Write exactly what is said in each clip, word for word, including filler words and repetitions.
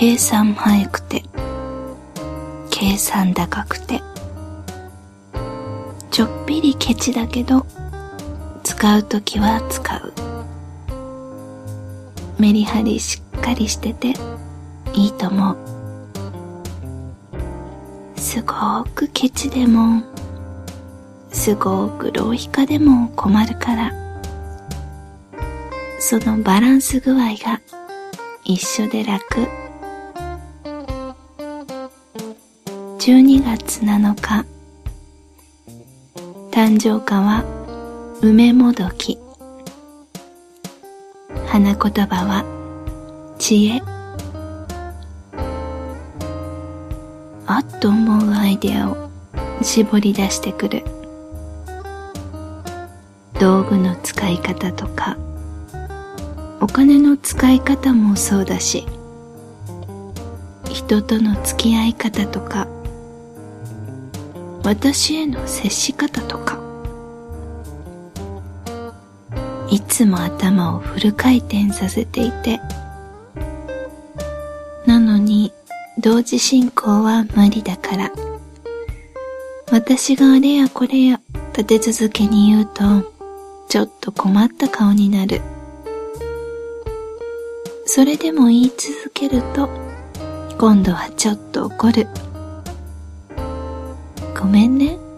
計算早くて計算高くてちょっぴりケチだけど使うときは使う。メリハリしっかりしてていいと思う。すごーくケチでもすごーく浪費家でも困るから、そのバランス具合が一緒で楽。じゅうにがつなのか、誕生花は梅もどき。花言葉は知恵。あっと思うアイデアを絞り出してくる。道具の使い方とかお金の使い方もそうだし、人との付き合い方とか私への接し方とか、いつも頭をフル回転させていて、なのに同時進行は無理だから、私があれやこれや立て続けに言うとちょっと困った顔になる。それでも言い続けると今度はちょっと怒る。ごめんね。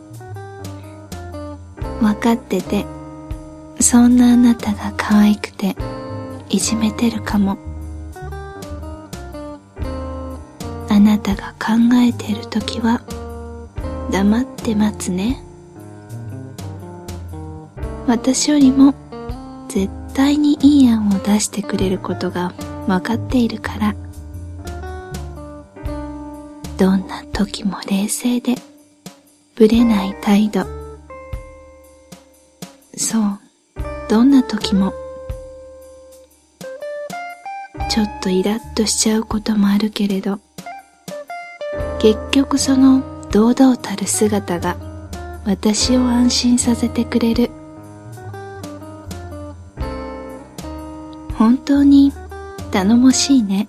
わかってて、そんなあなたが可愛くていじめてるかも。あなたが考えてるときは黙って待つね。私よりも絶対にいい案を出してくれることが分かっているから、どんな時も冷静でぶれない態度。そう、どんな時もちょっとイラッとしちゃうこともあるけれど、結局その堂々たる姿が私を安心させてくれる。本当に頼もしいね。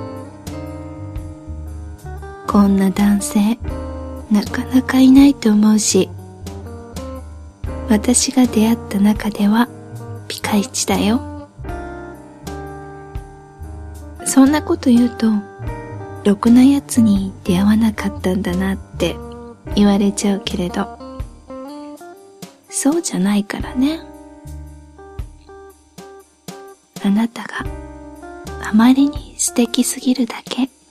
こんな男性なかなかいないと思うし、私が出会った中ではピカイチだよ。そんなこと言うとろくなやつに出会わなかったんだなって言われちゃうけれど、そうじゃないからね。あなたがあまりに素敵すぎるだけ。